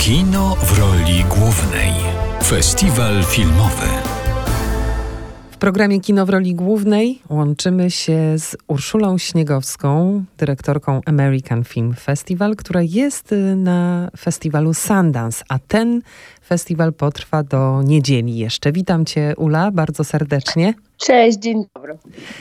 Kino w roli głównej. Festiwal filmowy. W programie Kino w roli głównej łączymy się z Urszulą Śniegowską, dyrektorką American Film Festival, która jest na festiwalu Sundance, a ten festiwal potrwa do niedzieli jeszcze. Witam Cię, Ula, bardzo serdecznie. Cześć, dzień dobry.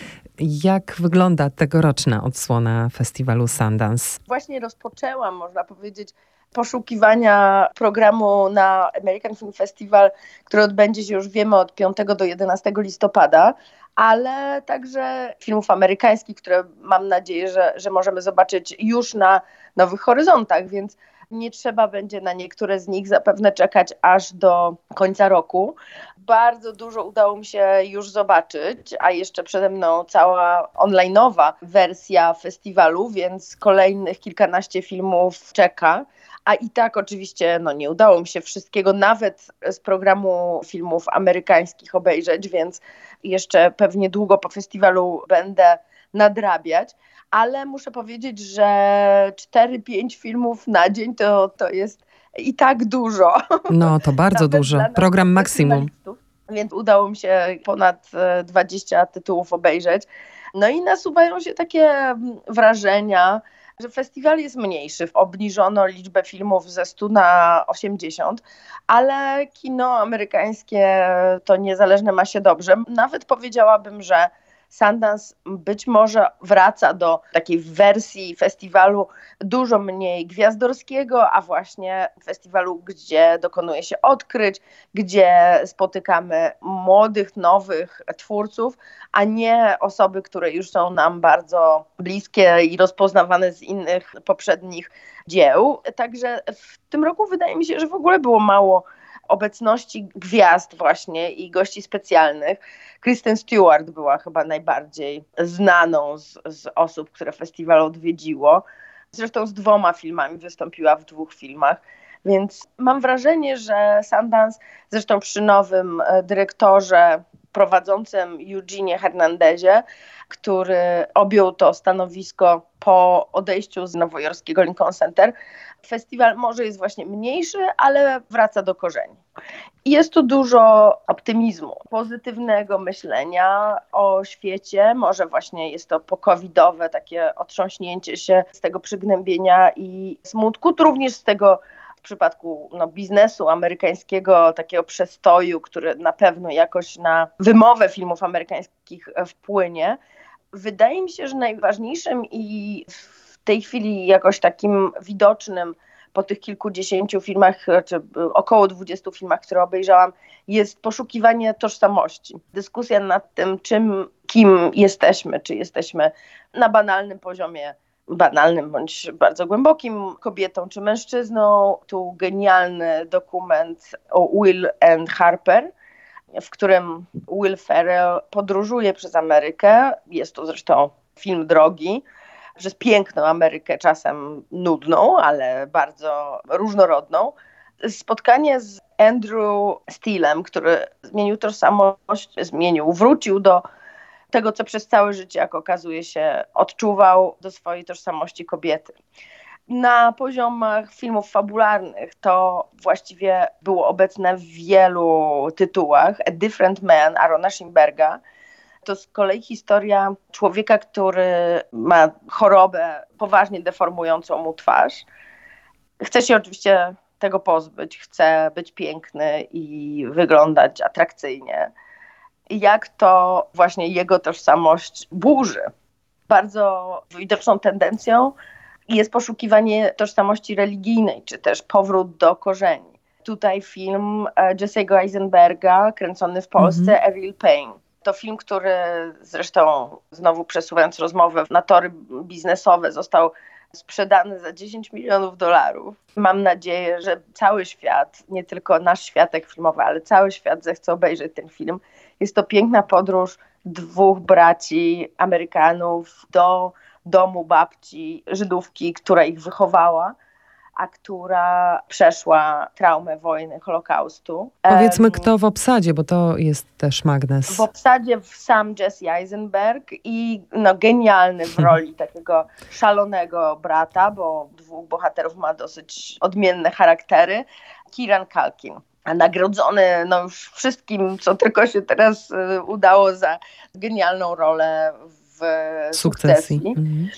Jak wygląda tegoroczna odsłona festiwalu Sundance? Właśnie rozpoczęłam, można powiedzieć, poszukiwania programu na American Film Festival, który odbędzie się, już wiemy, od 5 do 11 listopada, ale także filmów amerykańskich, które mam nadzieję, że możemy zobaczyć już na Nowych Horyzontach, więc nie trzeba będzie na niektóre z nich zapewne czekać aż do końca roku. Bardzo dużo udało mi się już zobaczyć, a jeszcze przede mną cała online'owa wersja festiwalu, więc kolejnych kilkanaście filmów czeka. A i tak oczywiście nie udało mi się wszystkiego nawet z programu filmów amerykańskich obejrzeć, więc jeszcze pewnie długo po festiwalu będę nadrabiać. Ale muszę powiedzieć, że 4-5 filmów na dzień to jest i tak dużo. No to bardzo dużo. Program maksimum. Więc udało mi się ponad 20 tytułów obejrzeć. No i nasuwają się takie wrażenia, że festiwal jest mniejszy. Obniżono liczbę filmów ze 100 na 80, ale kino amerykańskie to niezależne ma się dobrze. Nawet powiedziałabym, że Sundance być może wraca do takiej wersji festiwalu dużo mniej gwiazdorskiego, a właśnie festiwalu, gdzie dokonuje się odkryć, gdzie spotykamy młodych, nowych twórców, a nie osoby, które już są nam bardzo bliskie i rozpoznawane z innych poprzednich dzieł. Także w tym roku wydaje mi się, że w ogóle było mało obecności gwiazd właśnie i gości specjalnych. Kristen Stewart była chyba najbardziej znaną z osób, które festiwal odwiedziło. Zresztą z 2 filmami wystąpiła, w 2 filmach. Więc mam wrażenie, że Sundance, zresztą przy nowym dyrektorze prowadzącym Eugenie Hernandezie, który objął to stanowisko po odejściu z nowojorskiego Lincoln Center, festiwal może jest właśnie mniejszy, ale wraca do korzeni. Jest tu dużo optymizmu, pozytywnego myślenia o świecie. Może właśnie jest to po-covidowe takie otrząśnięcie się z tego przygnębienia i smutku, również z tego w przypadku biznesu amerykańskiego, takiego przestoju, który na pewno jakoś na wymowę filmów amerykańskich wpłynie. Wydaje mi się, że najważniejszym i w tej chwili jakoś takim widocznym po tych kilkudziesięciu filmach, czy około 20 filmach, które obejrzałam, jest poszukiwanie tożsamości. Dyskusja nad tym, kim jesteśmy, czy jesteśmy na banalnym poziomie, banalnym bądź bardzo głębokim, kobietą czy mężczyzną. Tu genialny dokument o Will and Harper, w którym Will Ferrell podróżuje przez Amerykę. Jest to zresztą film drogi, przez piękną Amerykę, czasem nudną, ale bardzo różnorodną. Spotkanie z Andrew Steelem, który zmienił tożsamość, wrócił do tego, co przez całe życie, jak okazuje się, odczuwał, do swojej tożsamości kobiety. Na poziomach filmów fabularnych to właściwie było obecne w wielu tytułach. A Different Man Aarona Schimberga to z kolei historia człowieka, który ma chorobę poważnie deformującą mu twarz. Chce się oczywiście tego pozbyć, chce być piękny i wyglądać atrakcyjnie. I jak to właśnie jego tożsamość burzy. Bardzo widoczną tendencją jest poszukiwanie tożsamości religijnej, czy też powrót do korzeni. Tutaj film Jesse'ego Eisenberga, kręcony w Polsce, A Real Pain. To film, który zresztą, znowu przesuwając rozmowę na tory biznesowe, został sprzedany za $10 milionów. Mam nadzieję, że cały świat, nie tylko nasz światek filmowy, ale cały świat zechce obejrzeć ten film. Jest to piękna podróż 2 braci Amerykanów do domu babci Żydówki, która ich wychowała. a która przeszła traumę wojny, Holokaustu. Powiedzmy, kto w obsadzie, bo to jest też magnes. W obsadzie sam Jesse Eisenberg i genialny w roli takiego szalonego brata, bo dwóch bohaterów ma dosyć odmienne charaktery, Kieran Culkin. A nagrodzony już wszystkim, co tylko się teraz udało za genialną rolę w Sukcesji.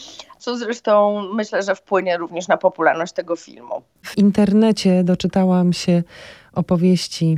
Co zresztą myślę, że wpłynie również na popularność tego filmu. W internecie doczytałam się opowieści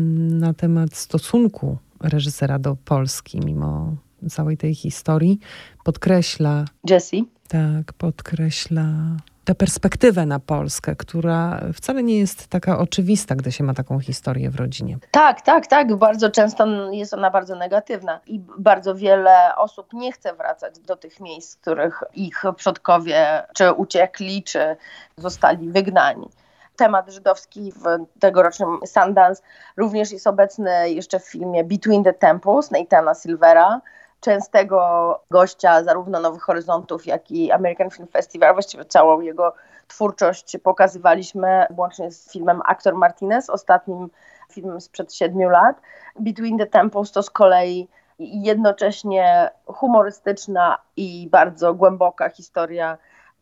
na temat stosunku reżysera do Polski, mimo całej tej historii. Podkreśla... Jesse? Tak, podkreśla tę perspektywę na Polskę, która wcale nie jest taka oczywista, gdy się ma taką historię w rodzinie. Tak. Bardzo często jest ona bardzo negatywna i bardzo wiele osób nie chce wracać do tych miejsc, w których ich przodkowie czy uciekli, czy zostali wygnani. Temat żydowski w tegorocznym Sundance również jest obecny jeszcze w filmie Between the Temples Nathana Silvera, częstego gościa zarówno Nowych Horyzontów, jak i American Film Festival. Właściwie całą jego twórczość pokazywaliśmy łącznie z filmem Actor Martinez, ostatnim filmem sprzed 7 lat. Between the Temples to z kolei jednocześnie humorystyczna i bardzo głęboka historia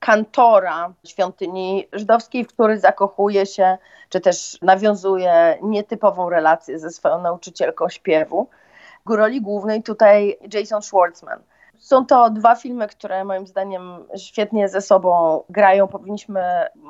kantora świątyni żydowskiej, w który zakochuje się, czy też nawiązuje nietypową relację ze swoją nauczycielką śpiewu. W roli głównej tutaj Jason Schwartzman. Są to 2 filmy, które moim zdaniem świetnie ze sobą grają. Powinniśmy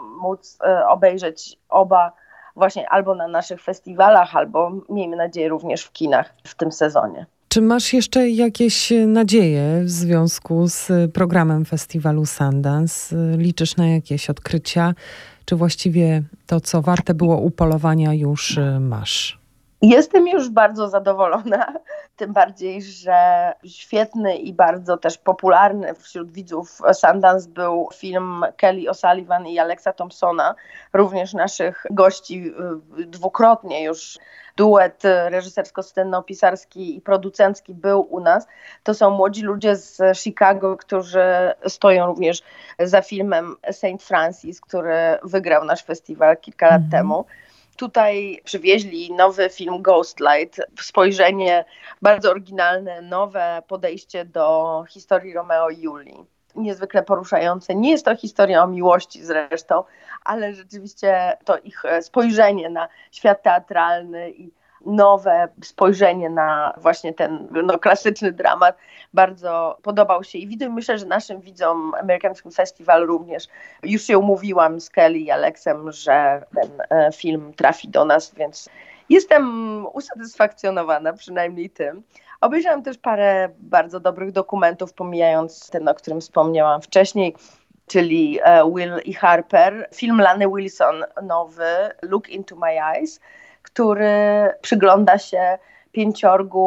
móc obejrzeć oba właśnie albo na naszych festiwalach, albo miejmy nadzieję również w kinach w tym sezonie. Czy masz jeszcze jakieś nadzieje w związku z programem festiwalu Sundance? Liczysz na jakieś odkrycia? Czy właściwie to, co warte było upolowania, już masz? Jestem już bardzo zadowolona, tym bardziej, że świetny i bardzo też popularny wśród widzów Sundance był film Kelly O'Sullivan i Alexa Thompsona, również naszych gości dwukrotnie już. Duet reżysersko-scenopisarski i producencki był u nas. To są młodzi ludzie z Chicago, którzy stoją również za filmem St. Francis, który wygrał nasz festiwal kilka lat temu. Tutaj przywieźli nowy film Ghostlight, spojrzenie bardzo oryginalne, nowe podejście do historii Romeo i Julii. Niezwykle poruszające. Nie jest to historia o miłości zresztą, ale rzeczywiście to ich spojrzenie na świat teatralny i nowe spojrzenie na właśnie ten klasyczny dramat bardzo podobał się i myślę, że naszym widzom American Film Festival również. Już się umówiłam z Kelly i Alexem, że ten film trafi do nas, więc jestem usatysfakcjonowana przynajmniej tym. Obejrzałam też parę bardzo dobrych dokumentów, pomijając ten, o którym wspomniałam wcześniej, czyli Will i Harper. Film Lany Wilson nowy, Look into my eyes, który przygląda się 5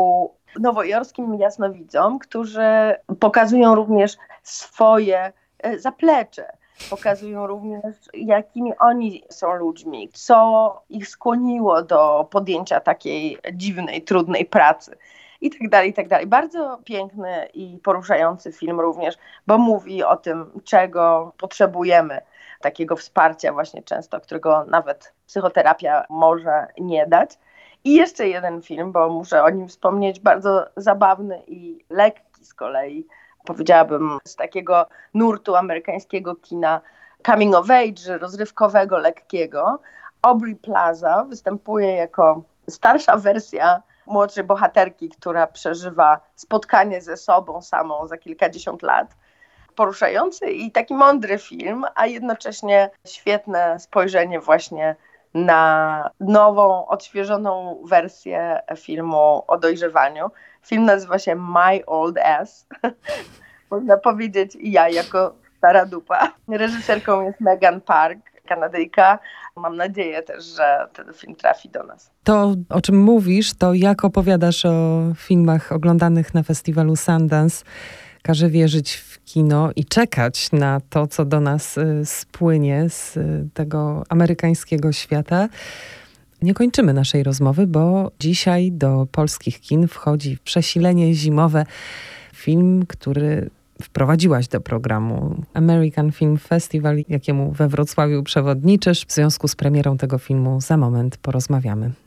nowojorskim jasnowidzom, którzy pokazują również swoje zaplecze. Pokazują również, jakimi oni są ludźmi, co ich skłoniło do podjęcia takiej dziwnej, trudnej pracy. I tak dalej, i tak dalej. Bardzo piękny i poruszający film również, bo mówi o tym, czego potrzebujemy, takiego wsparcia właśnie często, którego nawet psychoterapia może nie dać. I jeszcze jeden film, bo muszę o nim wspomnieć, bardzo zabawny i lekki z kolei, powiedziałabym z takiego nurtu amerykańskiego kina coming of age, rozrywkowego, lekkiego. Aubrey Plaza występuje jako starsza wersja młodszej bohaterki, która przeżywa spotkanie ze sobą samą za kilkadziesiąt lat. Poruszający i taki mądry film, a jednocześnie świetne spojrzenie właśnie na nową, odświeżoną wersję filmu o dojrzewaniu. Film nazywa się My Old Ass. Można powiedzieć ja jako stara dupa. Reżyserką jest Megan Park, Kanadyjka. Mam nadzieję też, że ten film trafi do nas. To, o czym mówisz, to jak opowiadasz o filmach oglądanych na festiwalu Sundance, każe wierzyć w kino i czekać na to, co do nas spłynie z tego amerykańskiego świata. Nie kończymy naszej rozmowy, bo dzisiaj do polskich kin wchodzi Przesilenie zimowe. Film, który wprowadziłaś do programu American Film Festival, jakiemu we Wrocławiu przewodniczysz. W związku z premierą tego filmu za moment porozmawiamy.